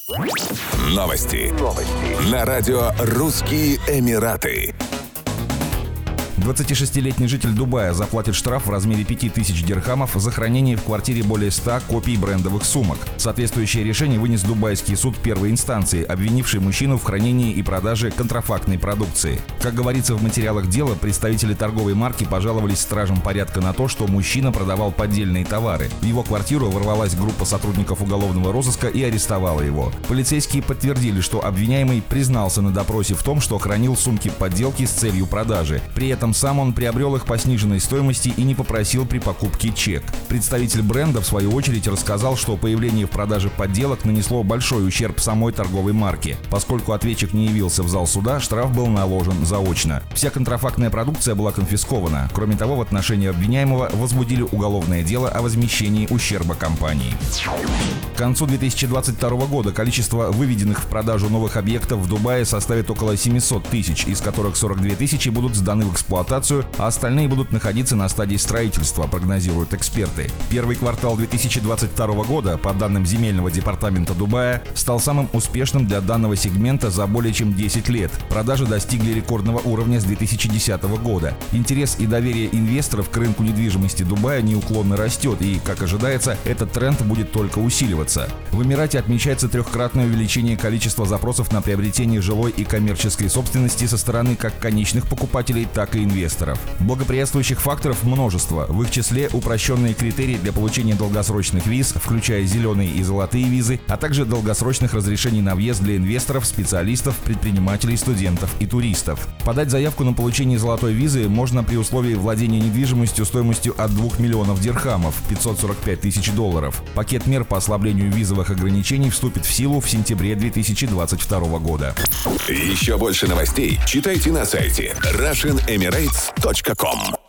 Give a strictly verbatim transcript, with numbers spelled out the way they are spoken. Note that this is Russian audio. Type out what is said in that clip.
Новости. Новости. На радио «Русские Эмираты». двадцатишестилетний житель Дубая заплатит штраф в размере пяти тысяч дирхамов за хранение в квартире более ста копий брендовых сумок. Соответствующее решение вынес дубайский суд первой инстанции, обвинивший мужчину в хранении и продаже контрафактной продукции. Как говорится в материалах дела, представители торговой марки пожаловались стражам порядка на то, что мужчина продавал поддельные товары. В его квартиру ворвалась группа сотрудников уголовного розыска и арестовала его. Полицейские подтвердили, что обвиняемый признался на допросе в том, что хранил сумки-подделки с целью продажи. При этом сам он приобрел их по сниженной стоимости и не попросил при покупке чек. Представитель бренда, в свою очередь, рассказал, что появление в продаже подделок нанесло большой ущерб самой торговой марке. Поскольку ответчик не явился в зал суда, штраф был наложен заочно. Вся контрафактная продукция была конфискована. Кроме того, в отношении обвиняемого возбудили уголовное дело о возмещении ущерба компании. К концу две тысячи двадцать второго года количество выведенных в продажу новых объектов в Дубае составит около семисот тысяч, из которых сорок две тысячи будут сданы в эксплуатацию, а остальные будут находиться на стадии строительства, прогнозируют эксперты. Первый квартал две тысячи двадцать второго года, по данным земельного департамента Дубая, стал самым успешным для данного сегмента за более чем десять лет. Продажи достигли рекордного уровня с две тысячи десятого года. Интерес и доверие инвесторов к рынку недвижимости Дубая неуклонно растет, и, как ожидается, этот тренд будет только усиливаться. В Эмирате отмечается трехкратное увеличение количества запросов на приобретение жилой и коммерческой собственности со стороны как конечных покупателей, так и инвесторов. Благоприятствующих факторов множество, в их числе упрощенные критерии для получения долгосрочных виз, включая зеленые и золотые визы, а также долгосрочных разрешений на въезд для инвесторов, специалистов, предпринимателей, студентов и туристов. Подать заявку на получение золотой визы можно при условии владения недвижимостью стоимостью от двух миллионов дирхамов – пятьсот сорок пять тысяч долларов. Пакет мер по ослаблению визовых ограничений вступит в силу в сентябре две тысячи двадцать второго года. Еще больше новостей читайте на сайте Russian Emirates точка ком.